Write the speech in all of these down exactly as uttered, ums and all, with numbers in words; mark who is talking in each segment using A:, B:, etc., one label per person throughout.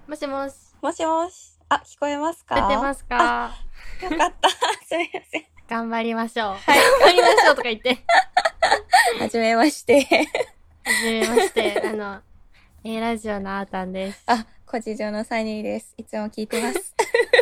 A: もしもし。
B: もしもし。あ、聞こえますか？
A: 出てますか？
B: よかった。すみません。
A: 頑張りましょう。
B: はい。
A: 頑張りましょうとか言って。
B: はじめまして。
A: はじめまして。あの、A ラジオのあーたんです。
B: あ、小事情のサニーです。いつも聞いてます。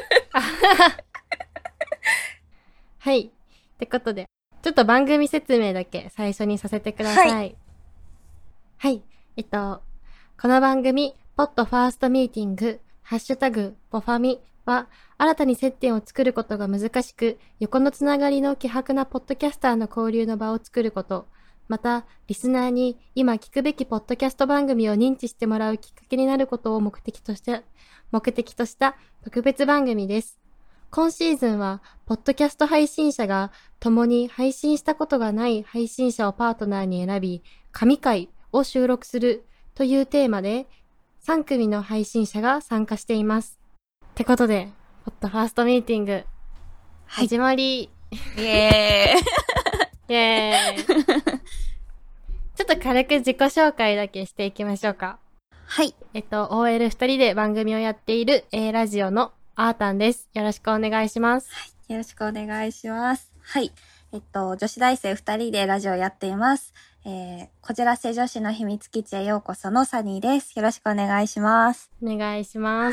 A: はい。ってことで、ちょっと番組説明だけ最初にさせてください。はい。はい。えっと、この番組、ポッドファーストミーティング、ハッシュタグ、ポファミは、新たに接点を作ることが難しく、横のつながりの希薄なポッドキャスターの交流の場を作ること、また、リスナーに今聞くべきポッドキャスト番組を認知してもらうきっかけになることを目的として、目的とした特別番組です。今シーズンは、ポッドキャスト配信者が共に配信したことがない配信者をパートナーに選び、神回を収録するというテーマで、さん組の配信者が参加しています。ってことで、ポッドファーストミーティング、始まり。
B: イエーイ。
A: イエーイ。ちょっと軽く自己紹介だけしていきましょうか。
B: はい。
A: えっと、オーエルふたりで番組をやっている A ラジオのあーたんです。よろしくお願いします。
B: はい。よろしくお願いします。はい。えっと、女子大生ふたりでラジオをやっています。えー、こじらせ女子の秘密基地へようこそのサニーです。よろしくお願いします。
A: お願いします。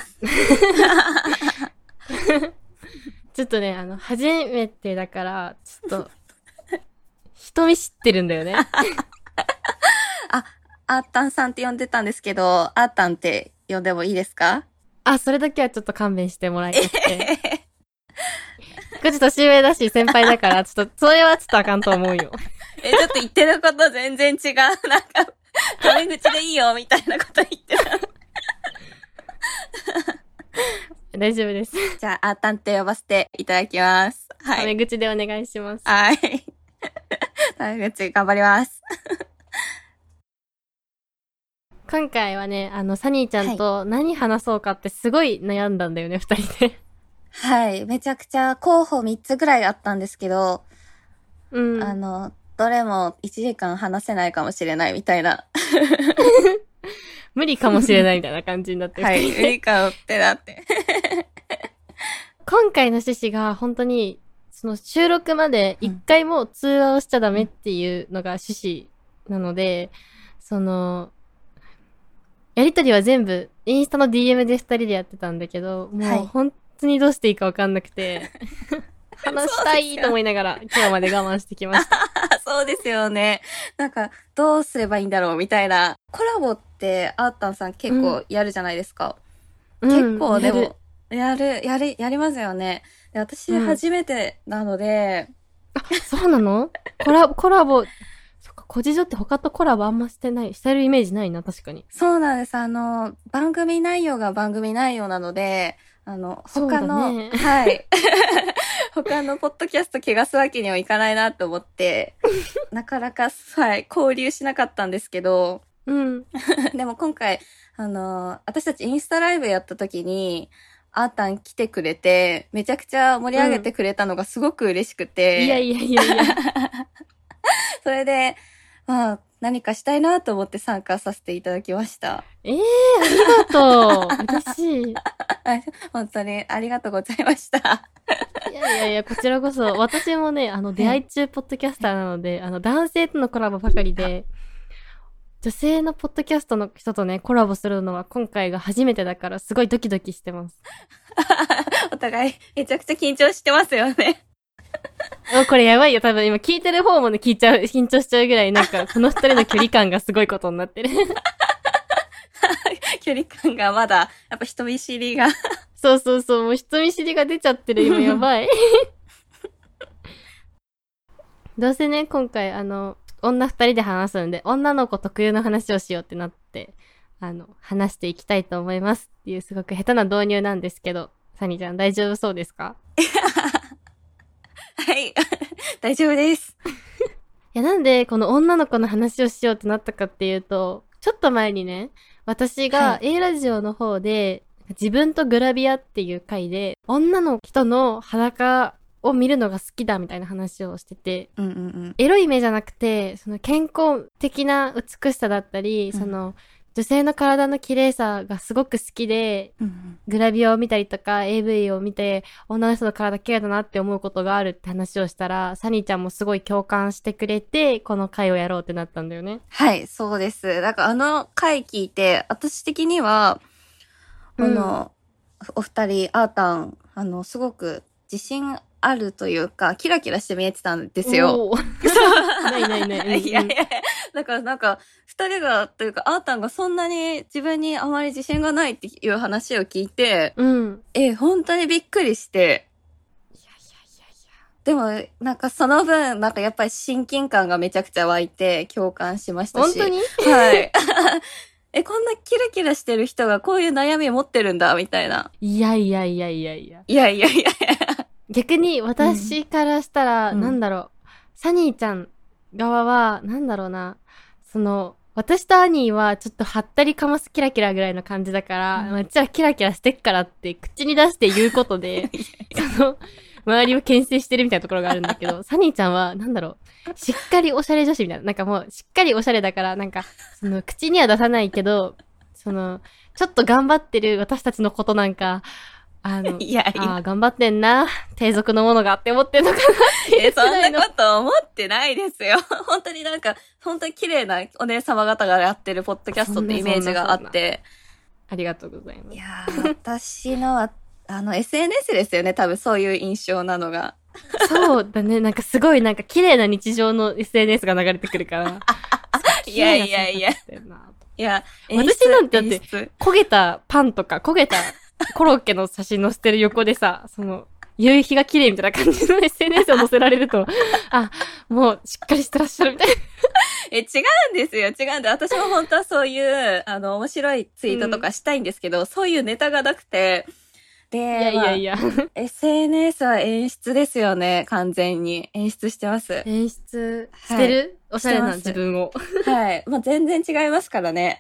A: ちょっとね、あの、初めてだから、ちょっと、人見知ってるんだよね。
B: あ、あーたんさんって呼んでたんですけど、あーたんって呼んでもいいですか？
A: あ、それだけはちょっと勘弁してもらいたくて。これちょっと年上だし、先輩だから、ちょっと、それはちょっとあかんと思うよ。
B: え、ちょっと言ってること全然違う。なんか、タメ口でいいよ、みたいなこと言ってた。
A: 大丈夫です。
B: じゃあ、あーたんって呼ばせていただきます。はい。
A: タメ口でお願いします。
B: はい。タメ口頑張ります。
A: 今回はね、あの、サニーちゃんと何話そうかってすごい悩んだんだよね、二人で。
B: はい。めちゃくちゃ候補みっつぐらいあったんですけど、
A: うん。
B: あの、どれもいちじかん話せないかもしれないみたいな。
A: 無理かもしれないみたいな感じになって
B: はい。無理かもってなって。
A: 今回の趣旨が本当に、その収録まで一回も通話をしちゃダメっていうのが趣旨なので、その、やりとりは全部インスタの ディーエム で二人でやってたんだけど、もう本当にどうしていいかわかんなくて、話したいと思いながら今日まで我慢してきました。
B: そうですよね。なんか、どうすればいいんだろうみたいな。コラボって、あーたんさん結構やるじゃないですか。
A: うん、
B: 結構でも、
A: やる、
B: やる、やる、やりますよね。で私初めてなので、
A: うん、あ、そうなの？コラボ、コラボ、そっか、コジジョって他とコラボあんましてない、してるイメージないな、確かに。
B: そうなんです。あの、番組内容が番組内容なので、あの、他の、
A: ね、
B: はい。他のポッドキャスト汚すわけにはいかないなと思って、なかなか、はい、交流しなかったんですけど、
A: うん。
B: でも今回、あの、私たちインスタライブやった時に、あーたん来てくれて、めちゃくちゃ盛り上げてくれたのがすごく嬉しくて。
A: うん、いやいやいやいや。
B: それで、まあ、何かしたいなと思って参加させていただきました。
A: ええー、ありがとう。嬉しい。
B: 本当にありがとうございました。
A: いやいやいや、こちらこそ、私もね、あの、出会い中ポッドキャスターなので、あの、男性とのコラボばかりで、女性のポッドキャストの人とね、コラボするのは今回が初めてだから、すごいドキドキしてます。
B: お互い、めちゃくちゃ緊張してますよね。
A: これやばいよ、多分今聞いてる方もね、聞いちゃう、緊張しちゃうぐらい、なんか、この二人の距離感がすごいことになってる。
B: 距離感がまだ、やっぱ人見知りが。
A: そうそうそう、もう人見知りが出ちゃってる、今やばい。どうせね、今回、あの、女二人で話すんで、女の子特有の話をしようってなって、あの、話していきたいと思いますっていうすごく下手な導入なんですけど、サニーちゃん大丈夫そうですか？
B: はい、大丈夫です。
A: いや、なんでこの女の子の話をしようってなったかっていうと、ちょっと前にね、私が A ラジオの方で、はい、自分とグラビアっていう回で、女の人の裸を見るのが好きだみたいな話をしてて、
B: うんうんうん、
A: エロい目じゃなくて、その健康的な美しさだったり、うん、その女性の体の綺麗さがすごく好きで、
B: うん、
A: グラビアを見たりとか エーブイ を見て女の人の体綺麗だなって思うことがあるって話をしたら、サニーちゃんもすごい共感してくれて、この回をやろうってなったんだよね。
B: はい、そうです。だからあの回聞いて、私的には、あの、うん、お二人、アータン、あの、すごく自信あるというか、キラキラして見えてたんですよ。
A: ないないない。
B: いやいや、だからなんか、二人が、というか、アータンがそんなに自分にあまり自信がないっていう話を聞いて、
A: うん。
B: え、本当にびっくりして、
A: いやいやいやいや。
B: でも、なんかその分、なんかやっぱり親近感がめちゃくちゃ湧いて、共感しましたし。
A: 本当に？
B: はい。え、こんなキラキラしてる人がこういう悩み持ってるんだ、みたいな。
A: いやいやいやいやいや。
B: いやいやいやいや。
A: 逆に私からしたら、
B: うん、
A: なんだろう、サニーちゃん側は、なんだろうな、その、私とアニーはちょっとはったりかますキラキラぐらいの感じだから、うん、まあ、うちはキラキラしてっからって口に出して言うことで、その、周りを牽制してるみたいなところがあるんだけど、サニーちゃんは、なんだろう、しっかりおしゃれ女子みたいな、なんかもう、しっかりおしゃれだから、なんか、その、口には出さないけど、その、ちょっと頑張ってる私たちのことなんか、あの、
B: いやいや
A: あ頑張ってんな、低俗のものがって思ってんのかなって
B: え、そんなこと思ってないですよ。本当になんか、本当に綺麗なお姉様方がやってるポッドキャストってイメージがあって。
A: ありがとうございます。
B: いやー、私のは、あの、エスエヌエス ですよね、多分そういう印象なのが。
A: そうだね、なんかすごいなんか綺麗な日常の エスエヌエス が流れてくるから。
B: いやいやいや。いや、
A: 私なんてだって、焦げたパンとか、焦げたコロッケの写真載せてる横でさ、その、夕日が綺麗みたいな感じの エスエヌエス を載せられると、あ、もうしっかりしてらっしゃるみたいな。
B: え、違うんですよ。違うんで、私も本当はそういう、あの、面白いツイートとかしたいんですけど、うん、そういうネタがなくて、で、
A: いやいやいや、ま
B: あ、エスエヌエス は演出ですよね、完全に。演出してます。
A: 演出してる、はい、おしゃれな自分を。
B: はい。まあ、全然違いますからね。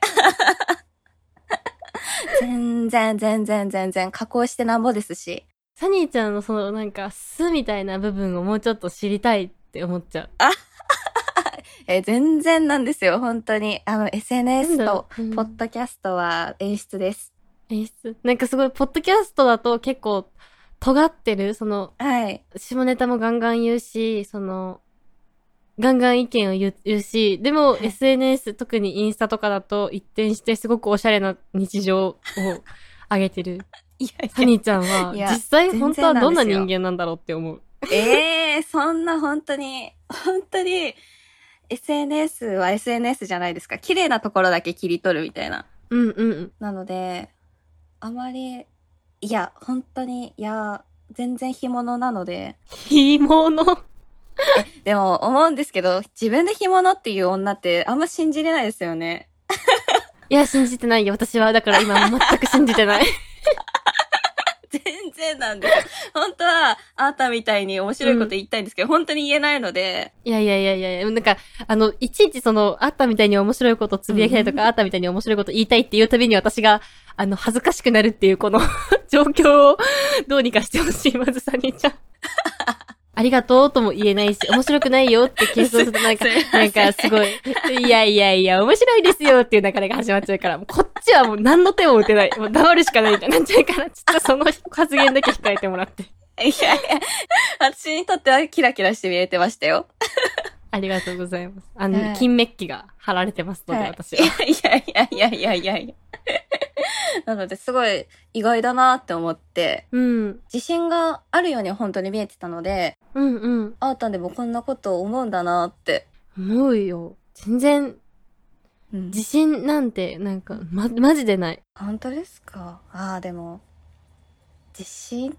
B: 全然、全然、全然、加工してなんぼですし。
A: サニーちゃんのそのなんか、素みたいな部分をもうちょっと知りたいって思っちゃう。
B: あえ、全然なんですよ、本当に。あの、エスエヌエス と、ポッドキャストは演出です。
A: 演出なんかすごい、ポッドキャストだと結構、尖ってる、その、
B: はい。
A: 下ネタもガンガン言うし、その、ガンガン意見を言うし、でも エスエヌエス、特にインスタとかだと一転してすごくおしゃれな日常を上げてる。
B: いやいや
A: サニーちゃんは、実際本当はどんな人間なんだろうって思う。
B: ええー、そんな本当に、本当に、エスエヌエス は エスエヌエス じゃないですか。綺麗なところだけ切り取るみたいな。
A: うんうんうん。
B: なので、あまり、いや、本当に、いや、全然干物なので。
A: 干物
B: え、でも思うんですけど、自分で干物っていう女ってあんま信じれないですよね。
A: いや、信じてないよ、私は。だから今全く信じてない。
B: 全然なんですよ。本当は、あーたみたいに面白いこと言いたいんですけど、うん、本当に言えないので。
A: いやいやいやいや、なんか、あの、いちいちその、あーたみたいに面白いことつぶやきたいとか、うん、あーたみたいに面白いこと言いたいっていうたびに私が、あの、恥ずかしくなるっていうこの状況をどうにかしてほしい、まずさにちゃん。ありがとうとも言えないし、面白くないよって謙遜するとなんか、なんかすごい、いやいやいや、面白いですよっていう流れが始まっちゃうから、もうこっちはもう何の手も打てない。もう黙るしかないみたいになっちゃうから、ちょっとその発言だけ控えてもらって。
B: いやいや、私にとってはキラキラして見えてましたよ。
A: ありがとうございます。あの、はい、金メッキが貼られてますので、はい、私は。
B: いやいやいやいやいやいや。なので、すごい意外だなって思って、
A: うん。
B: 自信があるように本当に見えてたので、
A: うんうん。
B: あーたんでもこんなこと思うんだなって。
A: 思うよ。全然、うん、自信なんて、なんか、ま、マジでない。
B: 本当ですか？ああ、でも、自信って、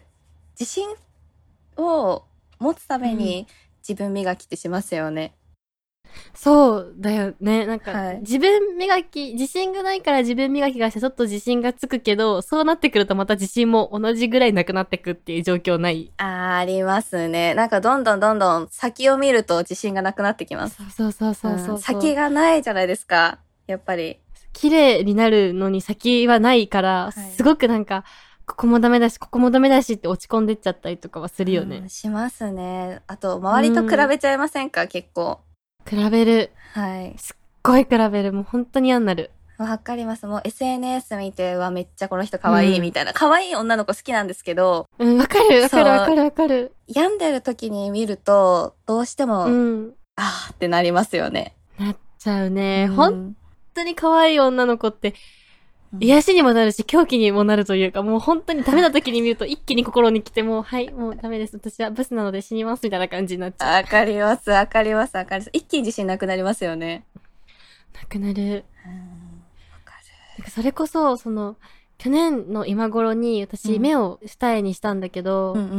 B: 自信を持つために自分磨きってしますよね。
A: そうだよね。なんか、
B: はい、
A: 自分磨き、自信がないから自分磨きがしてちょっと自信がつくけど、そうなってくるとまた自信も同じぐらいなくなってくっていう状況ない？
B: あー、ありますね。なんかどんどんどんどん先を見ると自信がなくなってきます。
A: そうそうそうそうそう、うん、
B: 先がないじゃないですか。やっぱり。
A: 綺麗になるのに先はないから、はい、すごくなんか、ここもダメだし、ここもダメだしって落ち込んでっちゃったりとかはするよね。
B: うん、しますね。あと、周りと比べちゃいませんか、うん、結構。
A: 比べる。
B: はい。
A: すっごい比べる。もう本当に嫌になる。
B: わかります。もう エスエヌエス 見て、うわ、めっちゃこの人可愛いみたいな。可愛い女の子好きなんですけど。
A: うん、わかるわかるわかるわかる。
B: 病んでる時に見ると、どうしても、
A: うん、
B: あーってなりますよね。
A: なっちゃうね。
B: うん、
A: 本当に可愛い女の子って、癒しにもなるし、狂気にもなるというか、もう本当にダメな時に見ると一気に心に来て、もう、はい、もうダメです。私はブスなので死にます、みたいな感じになっちゃう。
B: わかります、わかります、わかります。一気に自信なくなりますよね。
A: なくなる。うん。わ
B: かる。
A: なんかそれこそ、その、去年の今頃に私、目を二重にしたんだけど、
B: うんうんうんうん。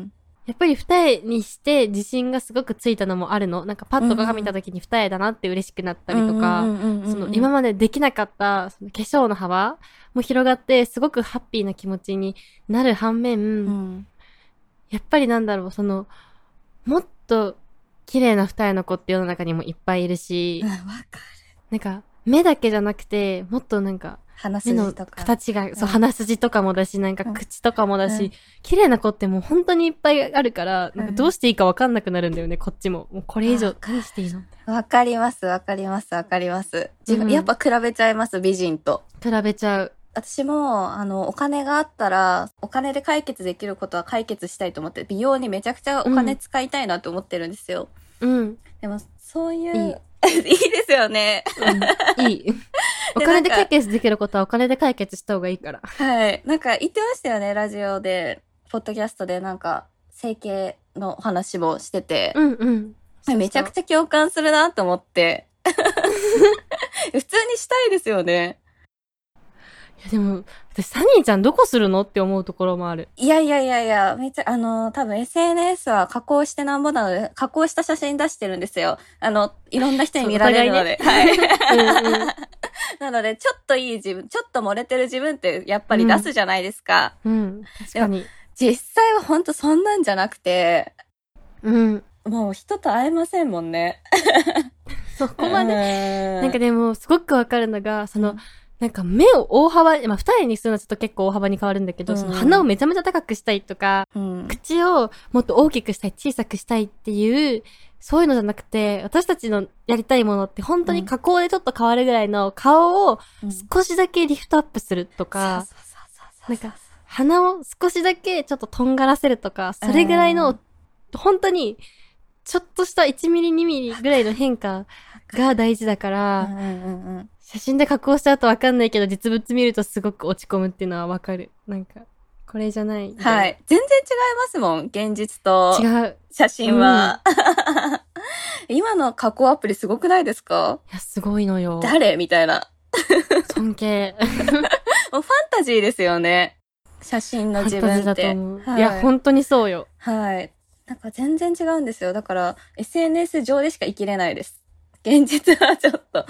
A: やっぱり二重にして自信がすごくついたのもあるの。なんかパッと鏡見た時に二重だなって嬉しくなったりとか、その今までできなかったその化粧の幅も広がってすごくハッピーな気持ちになる反面、うん、やっぱりなんだろう、その、もっと綺麗な二重の子って世の中にもいっぱいいるし、
B: わ、うん、かる。
A: なんか目だけじゃなくて、もっとなんか、
B: 鼻筋とか。
A: 形が、そう、うん、鼻筋とかもだし、なんか口とかもだし、うん、綺麗な子ってもう本当にいっぱいあるから、なんかどうしていいかわかんなくなるんだよね、こっちも。もうこれ以上何していいの？
B: わかります、わかります、わかります。自分、うん、やっぱ比べちゃいます、美人と。
A: 比べちゃう。
B: 私も、あの、お金があったら、お金で解決できることは解決したいと思って、美容にめちゃくちゃお金使いたいなって思ってるんですよ。
A: うん。
B: でも、そういう、いいいいですよね。
A: うん、いい。お金で解決できることはお金で解決した方がいいから。
B: はい。なんか言ってましたよね、ラジオで、ポッドキャストでなんか、整形の話もしてて。
A: うんうん。
B: めちゃくちゃ共感するなと思って。普通にしたいですよね。
A: いやでも、私サニーちゃんどこするのって思うところもある。
B: いやいやいやいや、めっちゃ、あの、多分 エスエヌエス は加工してなんぼなので、加工した写真出してるんですよ。あの、いろんな人に見られるので。ね、はい。うんうん、なので、ちょっといい自分、ちょっと漏れてる自分ってやっぱり出すじゃないですか。
A: うん。うん、確かに。
B: 実際はほんとそんなんじゃなくて、
A: うん。
B: もう人と会えませんもんね。
A: そこまで。なんかでも、すごくわかるのが、その、うん、なんか目を大幅に、まあ二重にするのはちょっと結構大幅に変わるんだけど、うん、その鼻をめちゃめちゃ高くしたいとか、うん、口をもっと大きくしたい、小さくしたいっていう、そういうのじゃなくて、私たちのやりたいものって本当に加工でちょっと変わるぐらいの顔を少しだけリフトアップするとか、なんか鼻を少しだけちょっととんがらせるとか、それぐらいの、本当にちょっとしたいちミリにミリぐらいの変化が大事だから、写真で加工しちゃうとわかんないけど、実物見るとすごく落ち込むっていうのはわかる。なんか、これじゃない。
B: はい。全然違いますもん、現実と。
A: 違う。
B: 写真は。うん、今の加工アプリすごくないですか？
A: いや、すごいのよ。
B: 誰みたいな。
A: 尊敬。
B: もうファンタジーですよね。写真の自分って。
A: ファンタジーだと思う。はい、いや、本当にそうよ。
B: はい。なんか全然違うんですよ。だから、エスエヌエス 上でしか生きれないです。現実はちょっと。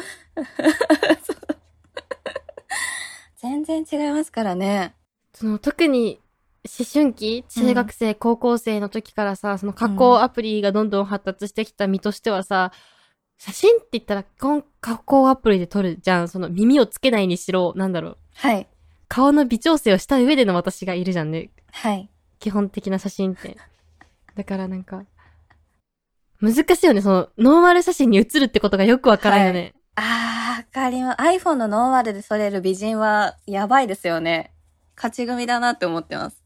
B: 全然違いますからね。
A: その、特に、思春期中学生、うん、高校生の時からさ、その加工アプリがどんどん発達してきた身としてはさ、写真って言ったら、こん加工アプリで撮るじゃん。その耳をつけないにしろ、なんだろう。
B: はい。
A: 顔の微調整をした上での私がいるじゃんね。
B: はい。
A: 基本的な写真って。だからなんか、難しいよね。その、ノーマル写真に写るってことがよくわからんよね。はい、
B: あー、わかります。iPhone のノーマルで撮れる美人はやばいですよね。勝ち組だなって思ってます。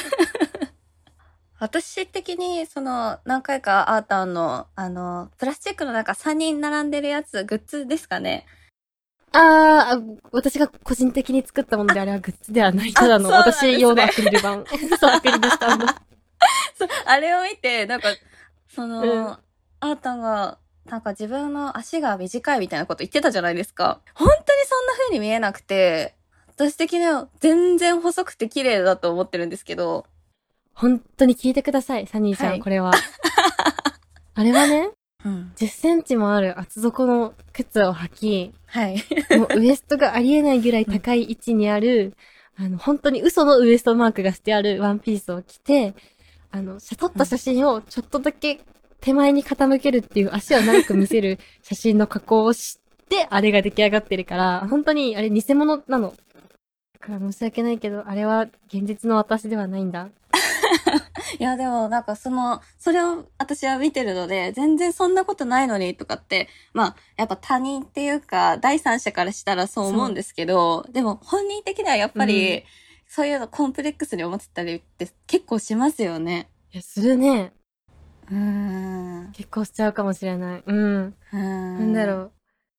B: 私的に、その、何回かアータンの、あの、プラスチックのなんかさんにん並んでるやつ、グッズですかね。
A: あー、私が個人的に作ったものであれはグッズではない。ただの、私用のアクリル板。そう、アクリルスタンド。
B: そう、あれを見て、なんか、その、うん、アータンが、なんか自分の足が短いみたいなこと言ってたじゃないですか。本当にそんな風に見えなくて、私的には全然細くて綺麗だと思ってるんですけど。
A: 本当に聞いてください、サニーちゃん、はい、これは。あれはね、うん、じゅっセンチもある厚底の靴を履き、
B: はい。
A: もうウエストがありえないぐらい高い位置にある、うん、あの、本当に嘘のウエストマークがしてあるワンピースを着て、あの、撮った写真をちょっとだけ手前に傾けるっていう足を長く見せる写真の加工をして、あれが出来上がってるから、本当にあれ偽物なの。だから申し訳ないけど、あれは現実の私ではないんだ。
B: いや、でもなんかその、それを私は見てるので、全然そんなことないのにとかって、まあ、やっぱ他人っていうか、第三者からしたらそう思うんですけど、でも本人的にはやっぱり、うん、そういうのコンプレックスに思ってたりって結構しますよね。
A: いや、するね。
B: うーん。
A: 結構しちゃうかもしれない。うん。うんなんだろう。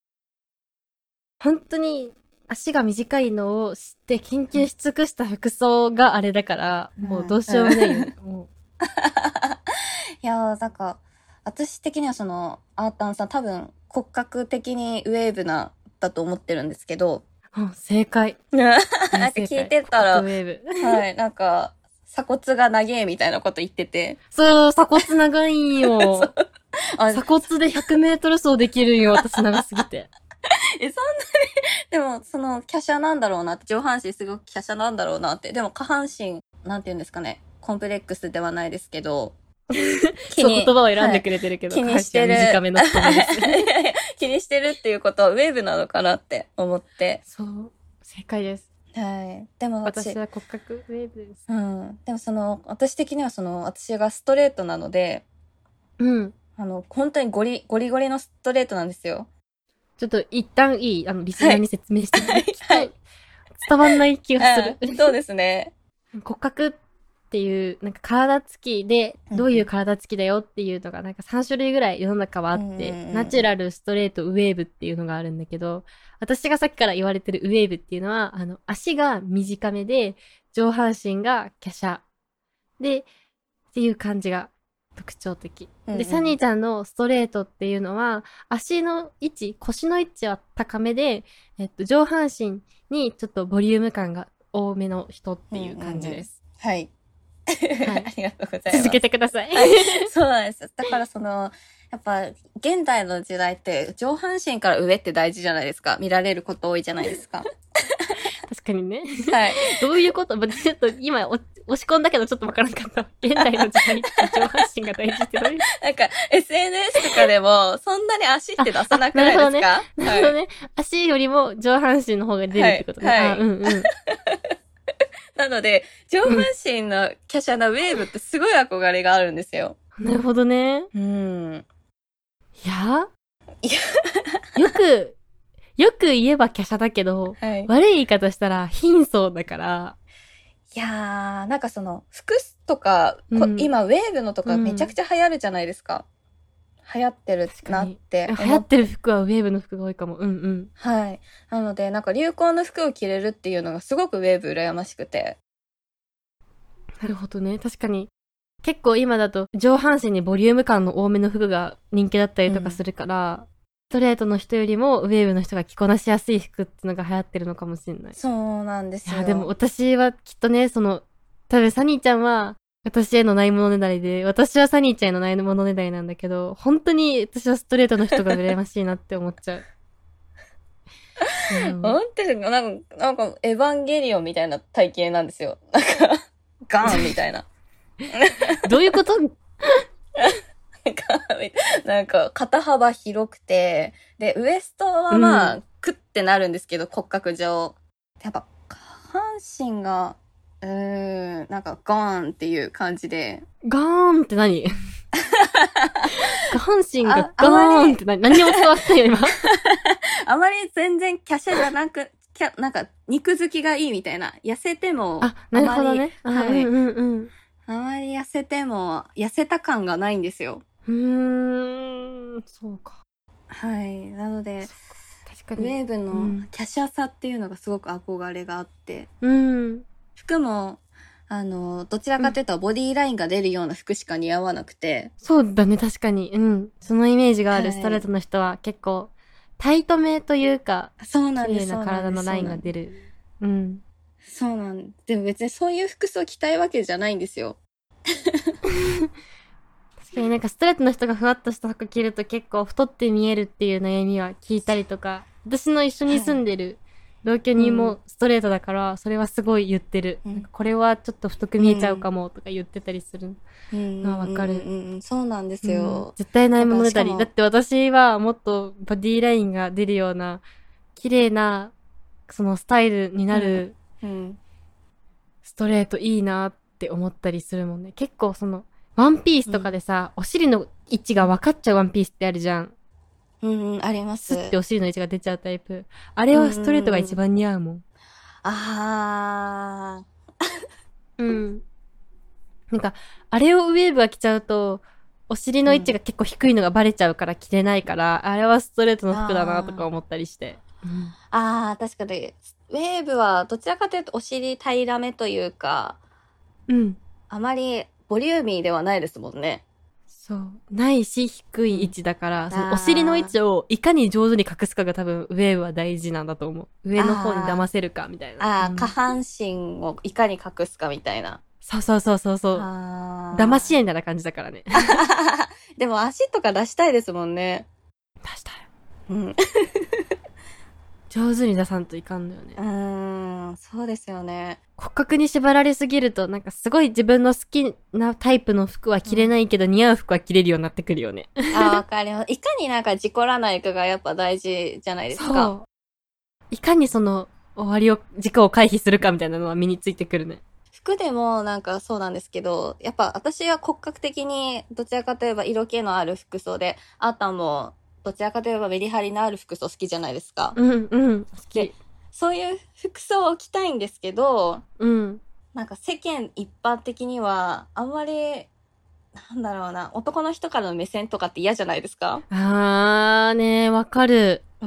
A: 本当に足が短いのを知って研究し尽くした服装があれだから、うん、もうどうしようもないよね。うん、もう
B: いやー、なんか、私的にはその、アータンさん多分骨格的にウェーブな、だと思ってるんですけど。
A: うん、正解。
B: なんか聞いてたら、はい、なんか、鎖骨が長えみたいなこと言ってて。
A: そう、鎖骨長いんよ。鎖骨でひゃくメートル走できるんよ、私長すぎて。
B: え、そんなにでも、その、華奢なんだろうなって、上半身すごく華奢なんだろうなって。でも、下半身、なんて言うんですかね。コンプレックスではないですけど。
A: 気にそう、言葉を選んでくれてるけど、
B: はい、気にしてる。
A: 短めの人です。
B: 気にしてるっていうことは、ウェーブなのかなって思って。
A: そう。正解です。
B: はい。でも
A: 私、私は骨格ウェーブです。
B: うん。でもその、私的にはその、私がストレートなので、
A: うん。
B: あの、本当にゴリ、ゴリゴリのストレートなんですよ。
A: ちょっと一旦いい、あの、リスナーに説明して、はい、はい。伝わんない気がする。
B: そうですね。
A: 骨格っていう、なんか体つきで、どういう体つきだよっていうのが、なんかさん種類ぐらい世の中はあって、うんうん、ナチュラル、ストレート、ウェーブっていうのがあるんだけど、私がさっきから言われてるウェーブっていうのは、あの、足が短めで、上半身が華奢。で、っていう感じが特徴的。うんうん、で、サニーちゃんのストレートっていうのは、足の位置、腰の位置は高めで、えっと、上半身にちょっとボリューム感が多めの人っていう感じです。
B: うんうんうん、はい。はい、ありがとうございます。
A: 続けてください。
B: はい、そうなんです。だからその、やっぱ、現代の時代って上半身から上って大事じゃないですか。見られること多いじゃないですか。
A: 確かにね。
B: はい。
A: どういうことちょっと今押し込んだけどちょっとわからんかった。現代の時代って上半身が大事ってどういう
B: なんか エスエヌエス とかでもそんなに足って出さなくないですか？なるほどね。
A: なるほどね。足よりも上半身の方が出るってことね。はい。はい、うんうん。
B: なので、上半身の華奢なウェーブってすごい憧れがあるんですよ。
A: なるほどね。
B: うん。
A: いやよく、よく言えば華奢だけど、はい、悪い言い方したら貧相だから。
B: いやー、なんかその、服とか、うん、今ウェーブのとかめちゃくちゃ流行るじゃないですか。うん、流行ってるなって。
A: 流行ってる服はウェーブの服が多いかも。うんうん。
B: はい。なので、なんか流行の服を着れるっていうのがすごくウェーブ羨ましくて。
A: なるほどね。確かに。結構今だと上半身にボリューム感の多めの服が人気だったりとかするから、うん、ストレートの人よりもウェーブの人が着こなしやすい服っていうのが流行ってるのかもしれない。
B: そうなんですよ。いや、
A: でも私はきっとね、その、多分サニーちゃんは私へのないものねだりで、私はサニーちゃんへのないものねだりなんだけど、本当に私はストレートの人が羨ましいなって思っちゃう。
B: うん、本当になんか、なんかエヴァンゲリオンみたいな体型なんですよ。なんか、ガーンみたいな。
A: どういうこと
B: なんか、肩幅広くて、で、ウエストはまあ、うん、クッてなるんですけど、骨格上。やっぱ、下半身が、うーん、なんか、ガーンっていう感じで。
A: ガーンって何下半身がガーンって何何にも伝わったよ、今。
B: あまり全然華奢じゃなく、なんか、肉付きがいいみたいな。痩せても、
A: あ、なるほどね。
B: はい。
A: うんうんうん。
B: あまり痩せても、痩せた感がないんですよ。
A: うーん、そうか。
B: はい。なので、
A: 確かに
B: ウェーブの華奢さっていうのがすごく憧れがあって。
A: うん。
B: 服も、あの、どちらかというとボディーラインが出るような服しか似合わなくて。
A: そうだね、確かに。うん。そのイメージがあるストレートの人は結構、タイトめというか、
B: そうなんです。
A: 綺麗な体のラインが出る。うん。
B: そうなん。でも別にそういう服装着たいわけじゃないんですよ。
A: 確かになんかストレートの人がふわっとした服着ると結構太って見えるっていう悩みは聞いたりとか、私の一緒に住んでる同居人もストレートだから、それはすごい言ってる。うん、なんかこれはちょっと太く見えちゃうかもとか言ってたりするのはわかる、
B: うんうんうん。そうなんですよ。
A: うん、絶対ないものねだり。だって私はもっとボディラインが出るような綺麗なそのスタイルになるストレートいいなっって思ったりするもんね。結構その、ワンピースとかでさ、うん、お尻の位置が分かっちゃうワンピースってあるじゃん。
B: うんうん、あります。
A: スッてお尻の位置が出ちゃうタイプ。あれはストレートが一番似合うもん。うんうんうん、
B: あ
A: ー。うん。なんか、あれをウェーブが着ちゃうと、お尻の位置が結構低いのがバレちゃうから着れないから、うん、あれはストレートの服だなとか思ったりして。
B: うん、ああ、確かに。ウェーブはどちらかというとお尻平らめというか、
A: うん。
B: あまりボリューミーではないですもんね。
A: そう。ないし、低い位置だから、うん、そのお尻の位置をいかに上手に隠すかが多分ウェーブは大事なんだと思う。上の方に騙せるかみたいな。
B: ああ、
A: うん、
B: 下半身をいかに隠すかみたいな。
A: そうそうそうそうそう。騙し絵みたいな感じだからね。
B: でも足とか出したいですもんね。
A: 出したい。
B: うん。
A: 上手に出さんといかんのよね。
B: うーん、そうですよね。
A: 骨格に縛られすぎると、なんかすごい自分の好きなタイプの服は着れないけど、うん、似合う服は着れるようになってくるよね。
B: あ、わかります。いかになんか事故らないかがやっぱ大事じゃないですか。そう。
A: いかにその終わりを、事故を回避するかみたいなのは身についてくるね。
B: 服でもなんかそうなんですけど、やっぱ私は骨格的にどちらかといえば色気のある服装で、あーたんもどちらかといえばメリハリのある服装好きじゃないですか。
A: うんうん、好き。
B: そういう服装を着たいんですけど、
A: うん。
B: なんか世間一般的にはあんまり、なんだろうな、男の人からの目線とかって嫌じゃないですか？
A: あーねー、わかる。
B: うん。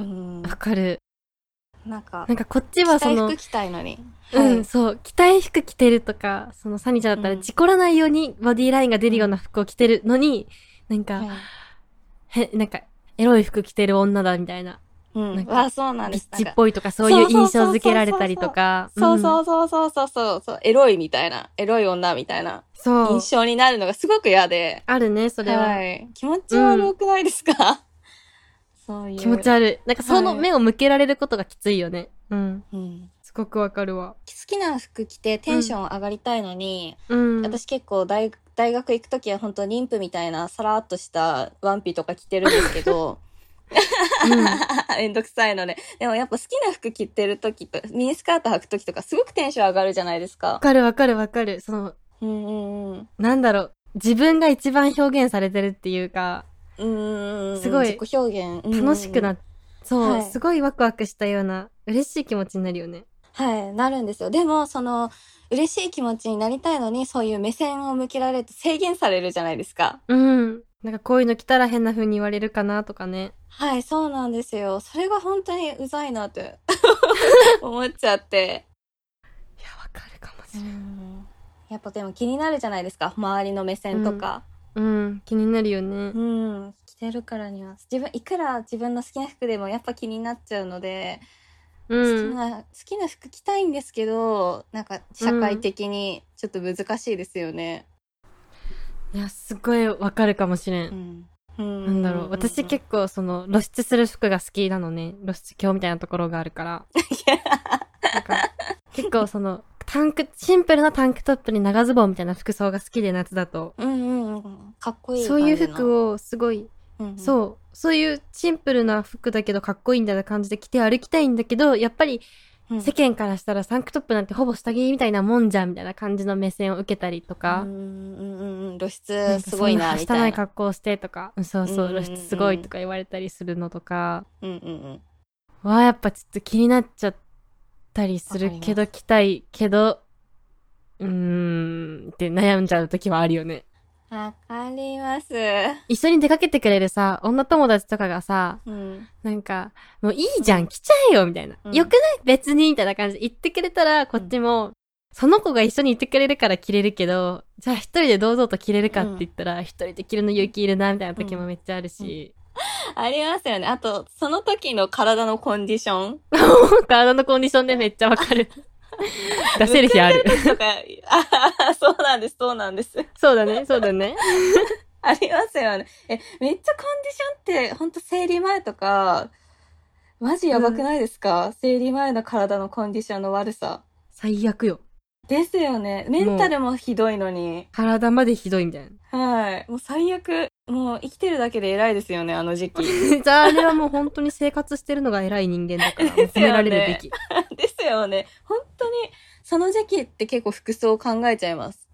A: わかる。
B: なんか、
A: なんかこっちはその、
B: 着たい服着たいのに。
A: うん、はい、そう、着たい服着てるとか、そのサニーちゃんだったら、事故らないようにボディラインが出るような服を着てるのに、うん、なんか、はい、へ、なんか、エロい服着てる女だみたいな。
B: うん。なんか、あ、そうなんです。
A: ビッチっぽいとか、そういう印象付けられたりとか。
B: そうそうそうそうそうそうそう、エロいみたいな、エロい女みたいな。そう。印象になるのがすごく嫌で。
A: あるね、それは。
B: はい。気持ち悪くないですか？うん、そういう。
A: 気持ち悪い。なんかその目を向けられることがきついよね。うん。
B: うん。
A: すごくわかるわ。
B: 好きな服着てテンション上がりたいのに、
A: うん、
B: 私結構大、大学行くときは本当妊婦みたいなさらっとしたワンピとか着てるんですけど、うん、めんどくさいので。でもやっぱ好きな服着てるときと、ミニスカート履くときとかすごくテンション上がるじゃないですか。
A: わかるわかるわかる。その、
B: うんうんうん、
A: なんだろう。自分が一番表現されてるっていうか、
B: うん
A: すごい
B: 自己表現
A: 楽しくなっ、そう、はい、すごいワクワクしたような嬉しい気持ちになるよね。
B: はい、なるんですよ。でも、その、嬉しい気持ちになりたいのに、そういう目線を向けられると制限されるじゃないですか。
A: うん。なんかこういうの着たら変な風に言われるかなとかね。
B: はい、そうなんですよ。それが本当にうざいなって思っちゃって。
A: いや、わかるかもしれない。
B: やっぱでも気になるじゃないですか。周りの目線とか。
A: うん、うん、気になるよね。
B: うん。着てるからには。自分、いくら自分の好きな服でもやっぱ気になっちゃうので、うん、好きな、好きな服着たいんですけど、なんか社会的にちょっと難しいですよね。
A: うん、いや、すごいわかるかもしれん。うん、なんだろう。私結構その露出する服が好きなのね。露出狂みたいなところがあるから。なんか結構その、タンク、シンプルなタンクトップに長ズボンみたいな服装が好きで夏だと。
B: うんうんうん。かっこいい。
A: そういう服をすごい、うんうん、そう、そういうシンプルな服だけどかっこいいみたいな感じで着て歩きたいんだけど、やっぱり世間からしたらタンクトップなんてほぼ下着みたいなもんじゃんみたいな感じの目線を受けたりとか。
B: うんうんうん。露出すごいなみたいな。
A: 汚い格好してとか、そうそう、露出すごいとか言われたりするのとか。
B: うんうんうん。
A: はやっぱちょっと気になっちゃったりするけど着たいけど、うーんって悩んじゃう時はあるよね。
B: わかります。
A: 一緒に出かけてくれるさ、女友達とかがさ、うん、なんか、もういいじゃん、うん、来ちゃえよみたいな。うん、よくない別にみたいな感じで言ってくれたら、こっちも、うん、その子が一緒にいてくれるから着れるけど、じゃあ一人で堂々と着れるかって言ったら、一、うん、人で着るの勇気いるな、みたいな時もめっちゃあるし。
B: うん、ありますよね。あと、その時の体のコンディション。
A: 体のコンディションでめっちゃわかる。出せる日ある。
B: とかあ、そうなんです、そうなんです。
A: そうだね、そうだね。
B: ありますよね。え、めっちゃコンディションって、ほんと生理前とか、マジやばくないですか、うん、生理前の体のコンディションの悪さ。
A: 最悪よ。
B: ですよね。メンタルもひどいのに。
A: 体までひどいみたいな。
B: はい。もう最悪。もう生きてるだけで偉いですよね、あの時期。
A: じゃああれはもう本当に生活してるのが偉い人間だから、褒められるべき。
B: ですよね。本当に、その時期って結構服装考えちゃいます。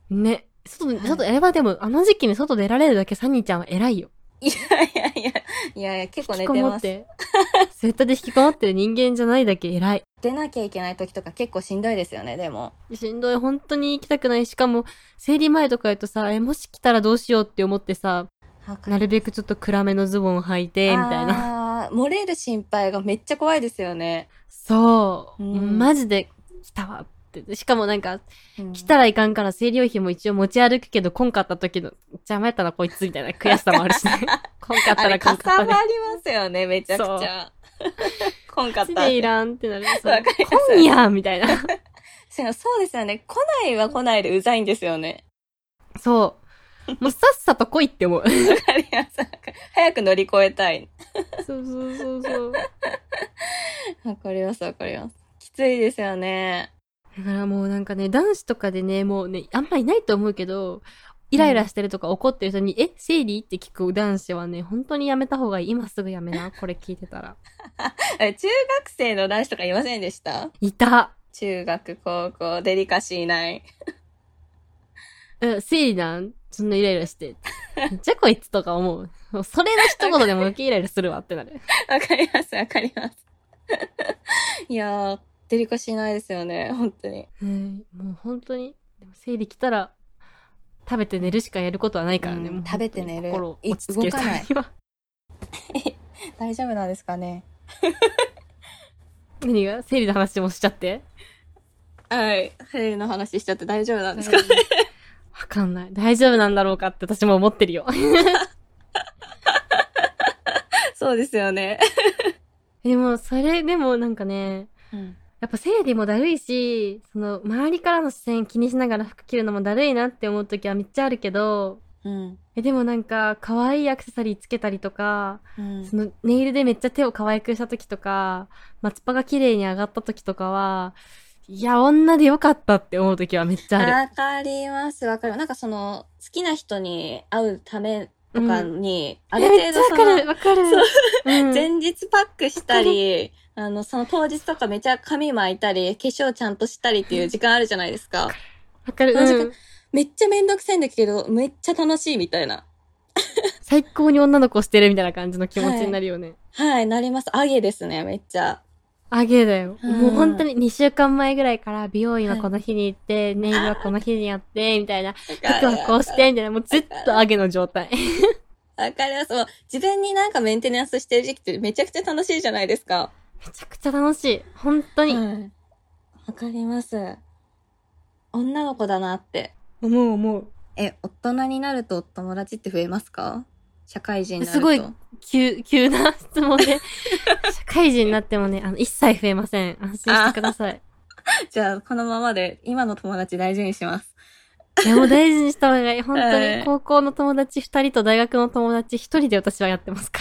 A: ね。外、外、あれはでも、あの時期に外出られるだけサニーちゃんは偉いよ。
B: いやいやいや、いやいや、結構寝てます。
A: 引きこもって。スウェットで引きこもってる人間じゃないだけ偉い。
B: 出なきゃいけない時とか結構しんどいですよね、でも。
A: しんどい、本当に行きたくない。しかも、生理前とかやとさ、え、もし来たらどうしようって思ってさ、なるべくちょっと暗めのズボンを履いて、みたいな。
B: ああ、漏れる心配がめっちゃ怖いですよね。
A: そう。
B: うん、
A: マジで来たわって。しかもなんか、うん、来たらいかんから生理用品も一応持ち歩くけど、来んかった時の、邪魔やったなこいつみたいな悔しさもあるしね。来んかったら来んかった
B: で。かさばりますよね、めちゃくちゃ。来んかった。
A: マジでいらんってなる。
B: そう。わかります。
A: 来んやんみたいな。
B: そうですよね。来ないは来ないでうざいんですよね。
A: そう。もうさっさと来いって思う。わか
B: ります。早く乗り越えたい。
A: そうそうそうそう。
B: わかりますわかります。きついですよね。
A: だからもうなんかね、男子とかでね、もうね、あんまいないと思うけど、イライラしてるとか怒ってる人に、うん、え、生理って聞く男子はね、本当にやめた方がいい。今すぐやめな。これ聞いてたら。
B: 中学生の男子とかいませんでした？
A: いた。
B: 中学、高校、デリカシーない。
A: え、生理なんそんなイライラして。じゃこいつとか思う。それの一言でも余計イライラするわってなる。
B: わかりますわかります。いやー、デリカシーないですよね、本当に。
A: うん、もう本当に。でも生理来たら、食べて寝るしかやることはないからね。うん、
B: もう食べて寝る。
A: 心を落ち着けるためには。
B: 大丈夫なんですかね。
A: 何が生理の話もしちゃって？
B: はい。生理の話しちゃって大丈夫なんですかね。
A: わかんない。大丈夫なんだろうかって私も思ってるよ。
B: そうですよね。
A: でも、それでもなんかね、うん、やっぱ生理もだるいし、その、周りからの視線気にしながら服着るのもだるいなって思う時はめっちゃあるけど、うん、えでもなんか、可愛いアクセサリーつけたりとか、うん、その、ネイルでめっちゃ手を可愛くした時とか、松葉が綺麗に上がった時とかは、いや、女でよかったって思う時はめっちゃある。
B: わかります、わかる。なんかその、好きな人に会うためとかに、うん、ある程度その、
A: めっちゃわかる、わかる。
B: うん、前日パックしたり、あの、その当日とかめっちゃ髪巻いたり、化粧ちゃんとしたりっていう時間あるじゃないですか。
A: わかる、うん。
B: めっちゃめんどくさいんだけど、めっちゃ楽しいみたいな。
A: 最高に女の子してるみたいな感じの気持ちになるよね。
B: はい、はい、なります。あげですね、めっちゃ。
A: あげだよ。うん、もう本当ににしゅうかんまえぐらいから美容院はこの日に行って、はい、ネイルはこの日にやって、みたいな。服はこうして、みたいな。もうずっとあげの状態。
B: わかります。もう自分になんかメンテナンスしてる時期ってめちゃくちゃ楽しいじゃないですか。
A: めちゃくちゃ楽しい。本当に。わ、
B: うん、かります。女の子だなって。
A: 思う思う。
B: え、大人になると友達って増えますか？社会人になると。
A: すごい、急、急な質問で。社会人になってもね、あの、一切増えません。安心してください。
B: じゃあ、このままで、今の友達大事にします。
A: いや、もう大事にした方がいい。本当に、高校の友達二人と大学の友達一人で私はやってますから。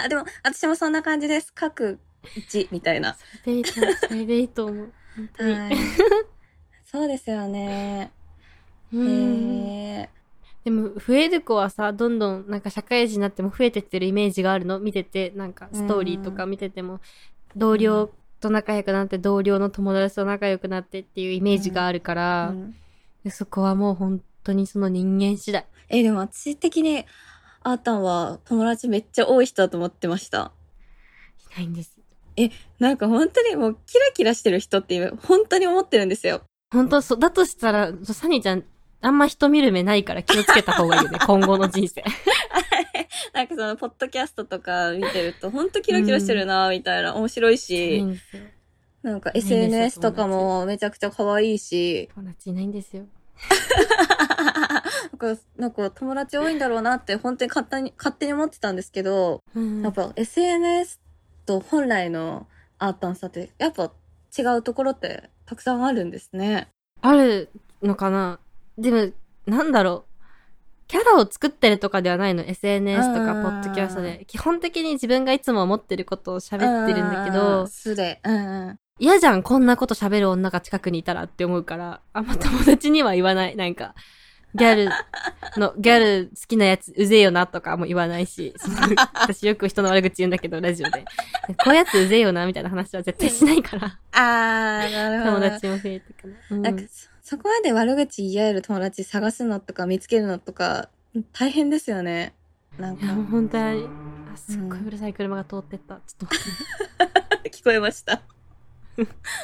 B: でも、私もそんな感じです。各一みたいな。
A: それでいいと思う。それでいいと思う。本当に。はい、
B: そうですよね。
A: へー。でも、増える子はさ、どんどん、なんか社会人になっても増えてってるイメージがあるの見てて、なんかストーリーとか見てても、同僚と仲良くなって、同僚の友達と仲良くなってっていうイメージがあるから、うんうん、そこはもう本当にその人間次第。
B: え、でも私的に、あーたんは友達めっちゃ多い人だと思ってました。
A: いないんです。
B: え、なんか本当にもうキラキラしてる人っていう、本当に思ってるんですよ。
A: 本当そう、だとしたら、サニーちゃん、あんま人見る目ないから気をつけた方がいいよね、今後の人生。
B: なんかその、ポッドキャストとか見てると、ほんとキラキラしてるなみたいな、面白いし、いんですよ。なんか エスエヌエス とかもめちゃくちゃ可愛いし。
A: 友達いないんですよ。
B: なんか、なんか友達多いんだろうなって、本当に勝手に、勝手に思ってたんですけど、うん、やっぱ エスエヌエス と本来のアータンさって、やっぱ違うところってたくさんあるんですね。
A: あるのかな？でも、なんだろう。キャラを作ってるとかではないの。エスエヌエス とか、ポッドキャストで。基本的に自分がいつも思ってることを喋ってるんだけど、
B: 素で。うんうん。
A: 嫌じゃん、こんなこと喋る女が近くにいたらって思うから、あんま友達には言わない。なんか、ギャルの、ギャル好きなやつうぜえよなとかも言わないし、私よく人の悪口言うんだけど、ラジオで。こういうやつうぜえよなみたいな話は絶対しないから。
B: あー、なるほど。
A: 友達も増えてくる。うん、
B: なんかそこまで悪口言い合える友達探すのとか見つけるのとか大変ですよね。なんか。
A: いやもう本当に、あ、すっごいうるさい車が通ってった。ちょっと待って。
B: 聞こえました。
A: い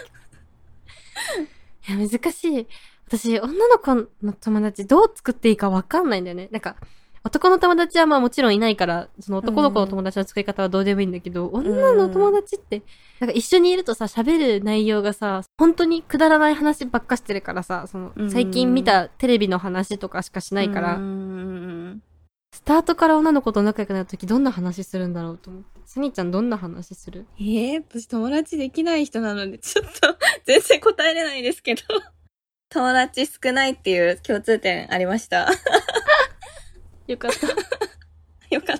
A: や、難しい。私、女の子の友達どう作っていいかわかんないんだよね。なんか、男の友達はまあもちろんいないから、その男の子の友達の作り方はどうでもいいんだけど、女の友達って、なんか一緒にいるとさ、喋る内容がさ、本当にくだらない話ばっかしてるからさ、その、最近見たテレビの話とかしかしないから、スタートから女の子と仲良くなるときどんな話するんだろうと思って。スニーちゃんどんな話する？
B: えー、私友達できない人なので、ちょっと全然答えれないですけど。友達少ないっていう共通点ありました。
A: よかった。
B: よかった。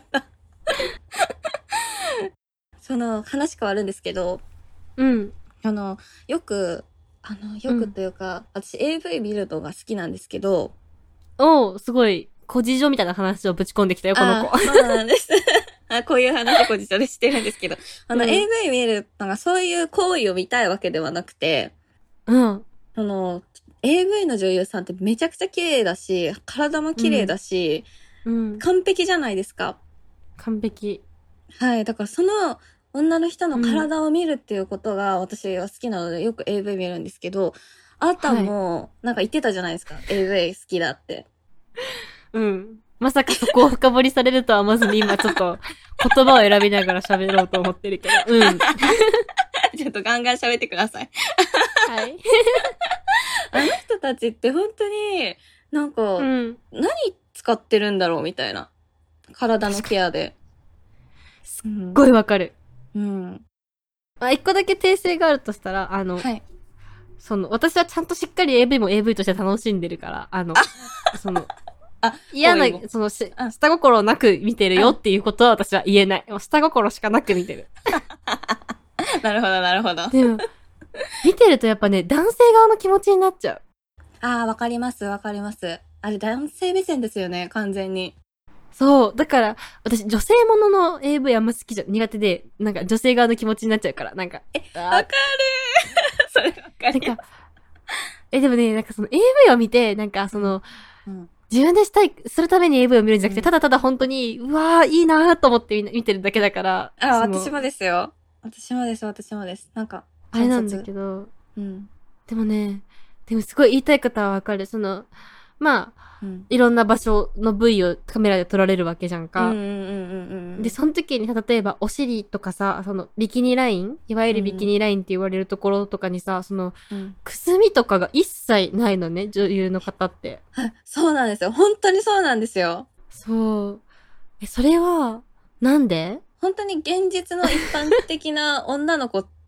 B: その、話変わるんですけど、
A: うん。
B: あの、よく、あの、よくというか、うん、私 エーブイ 見るのが好きなんですけど、
A: おー、すごい、個事情みたいな話をぶち込んできたよ、この子。
B: そうなんです。あ、こういう話個事情でしてるんですけど、あの、うん、エーブイ 見るのがそういう行為を見たいわけではなくて、
A: うん。
B: その、エーブイ の女優さんってめちゃくちゃ綺麗だし、体も綺麗だし、
A: うんうん、
B: 完璧じゃないですか。
A: 完璧。
B: はい。だからその女の人の体を見るっていうことが私は好きなので、よく エーブイ 見るんですけど、あーたんもなんか言ってたじゃないですか。はい、エーブイ 好きだって。
A: うん。まさかそこを深掘りされるとはまずに今ちょっと言葉を選びながら喋ろうと思ってるけど。うん。
B: ちょっとガンガン喋ってください。
A: はい。
B: あの人たちって本当になんか、うん、何使ってるんだろうみたいな。体のケアで。
A: すっごいわかる。
B: うん。
A: あ、一個だけ訂正があるとしたら、あの、はい、その、私はちゃんとしっかり エーブイ も エーブイ として楽しんでるから、あの、あその、あ、嫌な、そのし、下心なく見てるよっていうことは私は言えない。下心しかなく見てる。
B: なるほど、なるほど。
A: でも、見てるとやっぱね、男性側の気持ちになっちゃう。
B: ああ、わかります、わかります。あれ、男性目線ですよね、完全に。
A: そう。だから、私、女性ものの エーブイ あんま好きじゃ、苦手で、なんか女性側の気持ちになっちゃうから、なんか。
B: え、わかるそれわかる。
A: なんか、え、でもね、なんかその エーブイ を見て、なんかその、うん、自分でしたい、するために エーブイ を見るんじゃなくて、うん、ただただ本当に、うわー、いいなーと思って見てるだけだから。
B: あ、私もですよ。私もです、私もです。なんか、
A: あれなんだけど、
B: うん。
A: でもね、でもすごい言いたいことはわかる。その、まあ、うん、いろんな場所の部位をカメラで撮られるわけじゃんか。
B: うんうんうんうん、
A: で、その時に、例えばお尻とかさ、その、ビキニラインいわゆるビキニラインって言われるところとかにさ、その、うん、くすみとかが一切ないのね、女優の方って。
B: そうなんですよ。本当にそうなんですよ。
A: そう。え、それは、なんで？
B: 本当に現実の一般的な女の子って、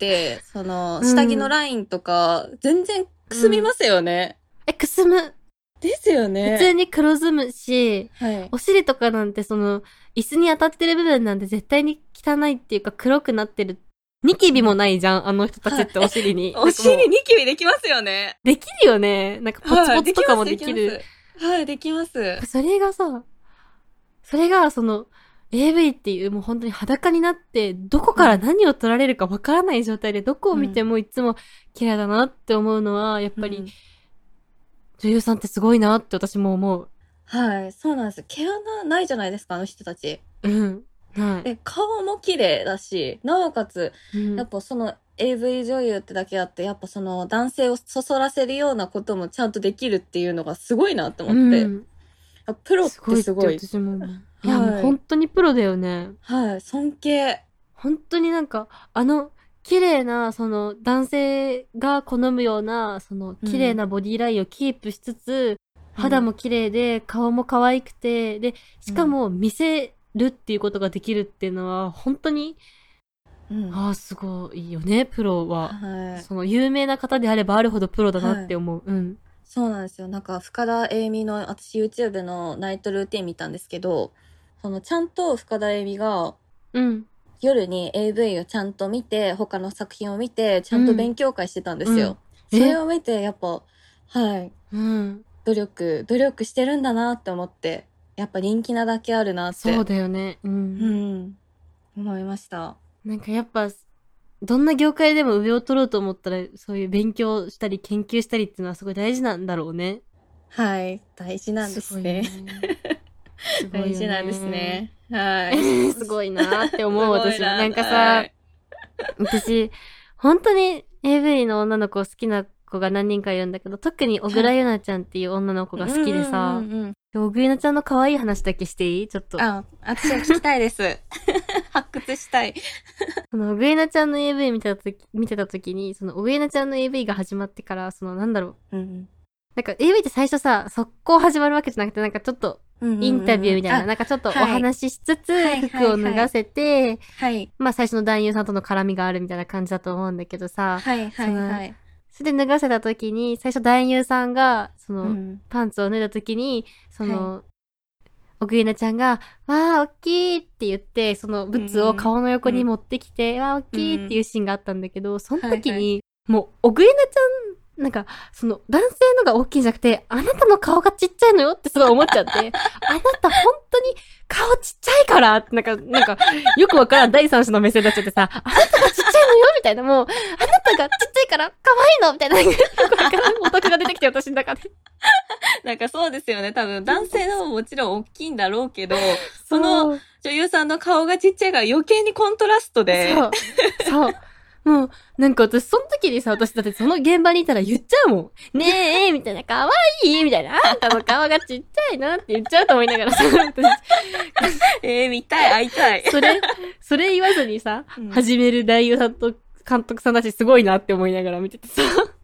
B: その、下着のラインとか、全然くすみますよね。
A: うん、え、くすむ。
B: ですよね。
A: 普通に黒ずむし、
B: はい、
A: お尻とかなんてその、椅子に当たってる部分なんて絶対に汚いっていうか黒くなってる。ニキビもないじゃん、あの人たちってお尻に。
B: はい、お尻ニキビできますよね。
A: できるよね。なんかポツポツとかもできる。
B: はい、できます。はい、できます。
A: それがさ、それがその、エーブイ っていうもう本当に裸になって、どこから何を撮られるかわからない状態で、どこを見てもいつも綺麗だなって思うのは、やっぱり、うん、女優さんってすごいなって私も思う。
B: はい、そうなんです。毛穴ないじゃないですか、あの人たち。
A: うん。はい。
B: で、顔も綺麗だし、なおかつ、うん、やっぱその エーブイ 女優ってだけあって、やっぱその男性をそそらせるようなこともちゃんとできるっていうのがすごいなって思って。うん、プロってすごい。すごいって
A: 私も思う。いや、もう本当にプロだよね。
B: はい、尊敬。
A: 本当になんか、あの、綺麗な、その、男性が好むような、その、綺麗なボディラインをキープしつつ、うん、肌も綺麗で、顔も可愛くて、で、しかも見せるっていうことができるっていうのは、本当に、うん、ああ、すごいよね、プロは。はい。その、有名な方であればあるほどプロだなって思う。はい、うん。
B: そうなんですよ。なんか、深田栄美の、私 YouTube のナイトルーティン見たんですけど、その、ちゃんと深田栄美が、
A: うん。
B: 夜に エーブイ をちゃんと見て、他の作品を見て、ちゃんと勉強会してたんですよ。うん、それを見て、やっぱ、はい。
A: うん。
B: 努力、努力してるんだなって思って、やっぱ人気なだけあるなって。
A: そうだよね。うん。
B: うん。思いました。
A: なんかやっぱ、 どんな業界でも上を取ろうと思ったら、そういう勉強したり研究したりっていうのはすごい大事なんだろうね。
B: はい。大事なんですね。
A: すごいよね。
B: 大事なんですね。はい。
A: すごいなーって思う、私。
B: すごいな
A: なんかさ、
B: はい、
A: 私、本当に エーブイ の女の子好きな子が何人かいるんだけど、特に小倉優奈ちゃんっていう女の子が好きでさ、
B: うんうんうんうん
A: 小倉優奈ちゃんの可愛い話だけしていい？ちょっと。
B: あ、私は聞きたいです。発掘したい。
A: その、小倉優奈ちゃんの エーブイ 見てたとき、見てたときに、その、小倉優奈ちゃんの エーブイ が始まってから、その、なんだろう。
B: うん、
A: なんか エーブイ って最初さ、速攻始まるわけじゃなくて、なんかちょっと、インタビューみたいな、なんかちょっとお話ししつつ、服を脱がせて、
B: はい。
A: まあ最初の男優さんとの絡みがあるみたいな感じだと思うんだけどさ、
B: はいはいはい。
A: それで脱がせた時に、最初男優さんが、その、
B: うん、
A: パンツを脱いだ時に、その、
B: はい
A: 奥ゆなちゃんが、わー、おっきいって言って、そのブツを顔の横に持ってきて、うん、わー、おっきいっていうシーンがあったんだけど、その時に、はいはい、もう、奥ゆなちゃん、なんか、その、男性のが大きいんじゃなくて、あなたの顔がちっちゃいのよってすごい思っちゃって、あなた本当に顔ちっちゃいからって、なんか、なんか、よくわからん第三者の目線になっちゃってさ、あなたがちっちゃいのよみたいな、もう、あなたがちっちゃいから可愛いのみたいな、よくわからんオタクが出てきて、私の中で。
B: なんかそうですよね。多分男性のももちろん大きいんだろうけど、その女優さんの顔がちっちゃいから余計にコントラストで。
A: そう。そう。もう、なんか私、その時にさ、私だってその現場にいたら言っちゃうもん。ねえ、みたいな、かわいいみたいな、あんたの顔がちっちゃいなって言っちゃうと思いながらさ、
B: えー、見たい、会いたい。
A: それ、それ言わずにさ、うん、始める男優さんと監督さんたちすごいなって思いながら見ててさ。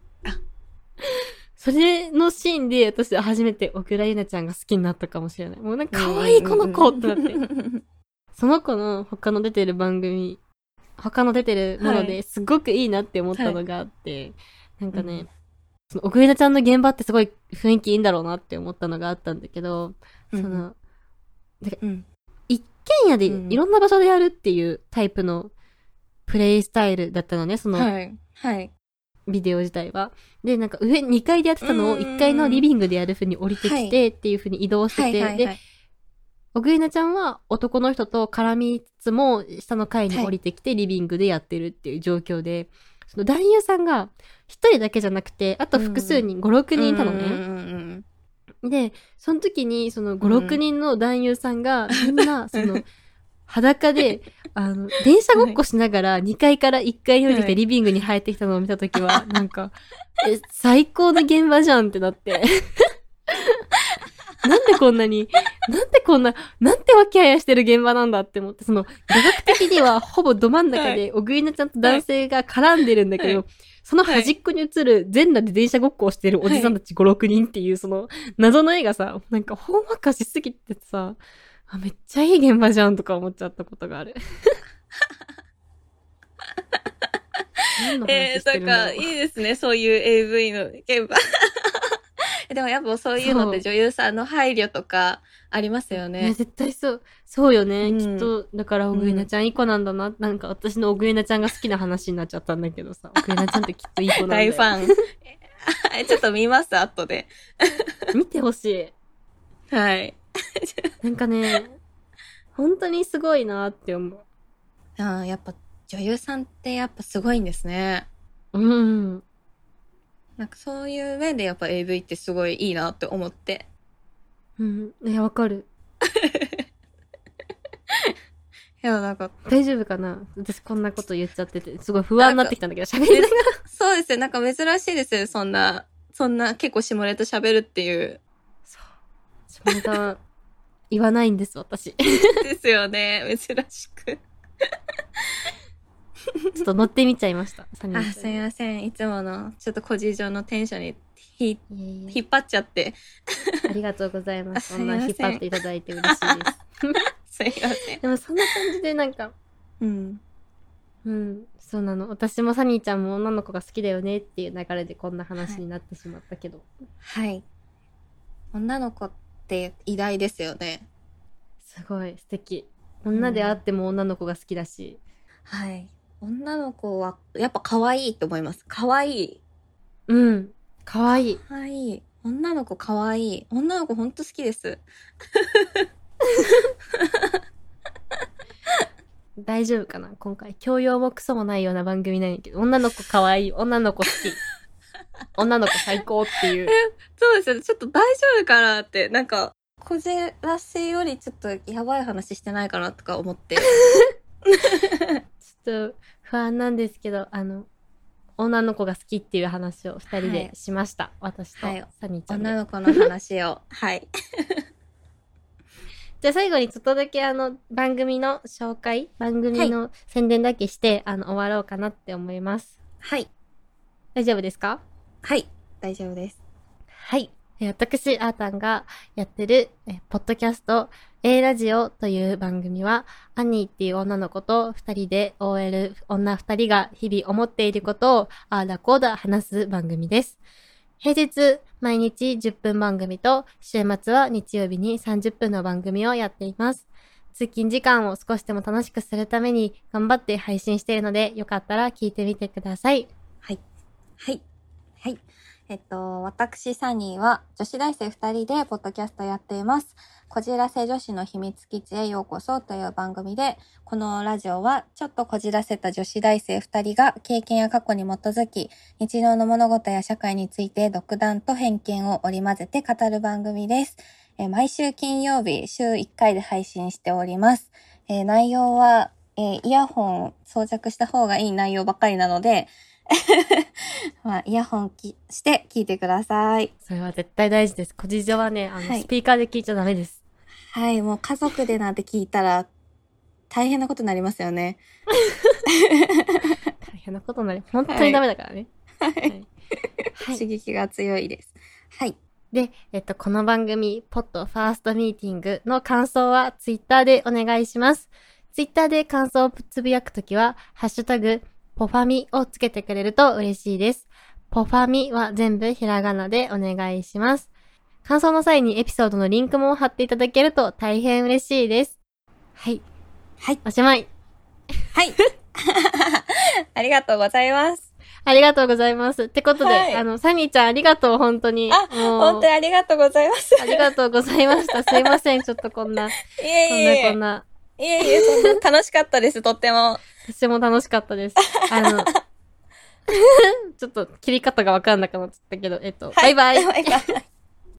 A: それのシーンで私は初めて奥倉優奈ちゃんが好きになったかもしれない。もうなんか可愛いこの子ってなって。その子の他の出てる番組、他の出てるものですごくいいなって思ったのがあって、はい、なんかね、うん、その奥倉ちゃんの現場ってすごい雰囲気いいんだろうなって思ったのがあったんだけど、うん、その、うん、一軒家でいろんな場所でやるっていうタイプのプレイスタイルだったのね、その、はい。はい。ビデオ自体は。で、なんか上にかいでやってたのをいっかいのリビングでやる風に降りてきてっていう風に移動してて、はいはいはいはい、で、奥ゆなちゃんは男の人と絡みつつも下の階に降りてきてリビングでやってるっていう状況で、その男優さんが一人だけじゃなくて、あと複数人、ご、ろくにんいたのね。うんうんうん、で、その時にそのご、ろくにんの男優さんがみんな、その、裸で、あの、電車ごっこしながらにかいからいっかいに降りてきてリビングに入ってきたのを見たときは、なんか、え、最高の現場じゃんってなって。なんでこんなに、なんでこんな、なんてわけあやしてる現場なんだって思って、その、画角的にはほぼど真ん中で、小栗菜ちゃんと男性が絡んでるんだけど、はい、その端っこに映る全裸で電車ごっこをしてるおじさんたちご、ろくにんっていう、その、謎の絵がさ、なんかほんわかしすぎてさ、あ、めっちゃいい現場じゃんとか思っちゃったことがある。
B: えー、なんかいいですね、そういう エーブイ の現場。でもやっぱそういうのって女優さんの配慮とかありますよね。
A: いや、絶対そう。そうよね。うん、きっと、だから、小栗菜ちゃんいい子なんだな。うん、なんか私の小栗菜ちゃんが好きな話になっちゃったんだけどさ。小栗菜ちゃんってきっといい子なんだよ。
B: 大ファン。ちょっと見ます、後で。
A: 見てほし
B: い。はい。
A: なんかね、本当にすごいなって思う。
B: ああ、やっぱ女優さんってやっぱすごいんですね。
A: うん。
B: なんかそういう面でやっぱ エーブイ ってすごいいいなって思って。
A: うん。いや、わかる。
B: いや、なんか。
A: 大丈夫かな？私こんなこと言っちゃってて、すごい不安になってきたんだけど、喋りながら。
B: そうですよ。なんか珍しいですよ。そんな、そんな結構下ネタ喋るっていう。
A: そう。下ネタ言わないんです、私。
B: ですよね。珍しく。
A: ちょっと乗ってみちゃいました。
B: あ、すみません。いつもの、ちょっと個人上のテンションにひ引っ張っちゃって。
A: ありがとうございます。そんな引っ張っていただいて嬉しいです。
B: すいません。
A: でもそんな感じでなんか、うん。うん、そうなの。私もサニーちゃんも女の子が好きだよねっていう流れでこんな話になってしまったけど。
B: はい。はい、女の子って偉大ですよね。
A: すごい素敵。女であっても女の子が好きだし。
B: うん、はい。女の子はやっぱ可愛いと思います。可愛い。
A: うん。可愛い。
B: 可愛い。女の子可愛い。女の子ほんと好きです。
A: 大丈夫かな今回。教養もクソもないような番組なんやけど、女の子可愛い、女の子好き。女の子最高っていう。
B: そうですよね。ちょっと大丈夫かなって、なんか、こじらせよりちょっとやばい話してないかなとか思って。ち
A: ょっと不安なんですけど、あの、女の子が好きっていう話を二人でしました。はい、私とサニーちゃんで、
B: はい。女の子の話を。はい。
A: じゃあ最後にちょっとだけあの、番組の紹介、番組の宣伝だけして、はい、あの、終わろうかなって思います。
B: はい。
A: 大丈夫ですか？
B: はい。大丈夫です。
A: はい。私、あーたんがやってる、えポッドキャスト、A ラジオという番組は、アニーっていう女の子と二人で オーエル 女二人が日々思っていることをあーだこーだ話す番組です。平日、毎日じゅっぷん番組と、週末は日曜日にさんじゅっぷんの番組をやっています。通勤時間を少しでも楽しくするために頑張って配信しているので、よかったら聞いてみてください。
B: はい。はい。はい。えっと、私、サニーは女子大生二人でポッドキャストやっています。こじらせ女子の秘密基地へようこそという番組で、このラジオはちょっとこじらせた女子大生二人が経験や過去に基づき、日常の物事や社会について独断と偏見を織り交ぜて語る番組です。え毎週金曜日、週いっかいで配信しております。えー、内容は、えー、イヤホン装着した方がいい内容ばっかりなので、まあ、イヤホンきして聞いてください。
A: それは絶対大事です。こじじょはね、あの、はい、スピーカーで聞いちゃダメです。
B: はい、もう家族でなんて聞いたら大変なことになりますよね。
A: 大変なことになり、本当にダメだからね。
B: はい。はいはい、刺激が強いです。はい。
A: で、えっと、この番組、ポッドファーストミーティングの感想はツイッターでお願いします。ツイッターで感想をつぶやくときは、ハッシュタグ、ポファミをつけてくれると嬉しいです。ポファミは全部ひらがなでお願いします。感想の際にエピソードのリンクも貼っていただけると大変嬉しいです。はい。
B: はい。
A: おしまい。
B: はい。ありがとうございます。
A: ありがとうございます。ってことで、はい、あの、サニーちゃんありがとう、本当に。
B: あ、本当にありがとうございます。
A: ありがとうございました。すいません、ちょっとこんな。い
B: えいえ。
A: こんな、こんな。
B: いえいえ、そんな楽しかったです、とっても。
A: 私も楽しかったです。あの、ちょっと切り方がわかんなくなっちゃったけど、えっと、はい、バイバイ。
B: バイバイ。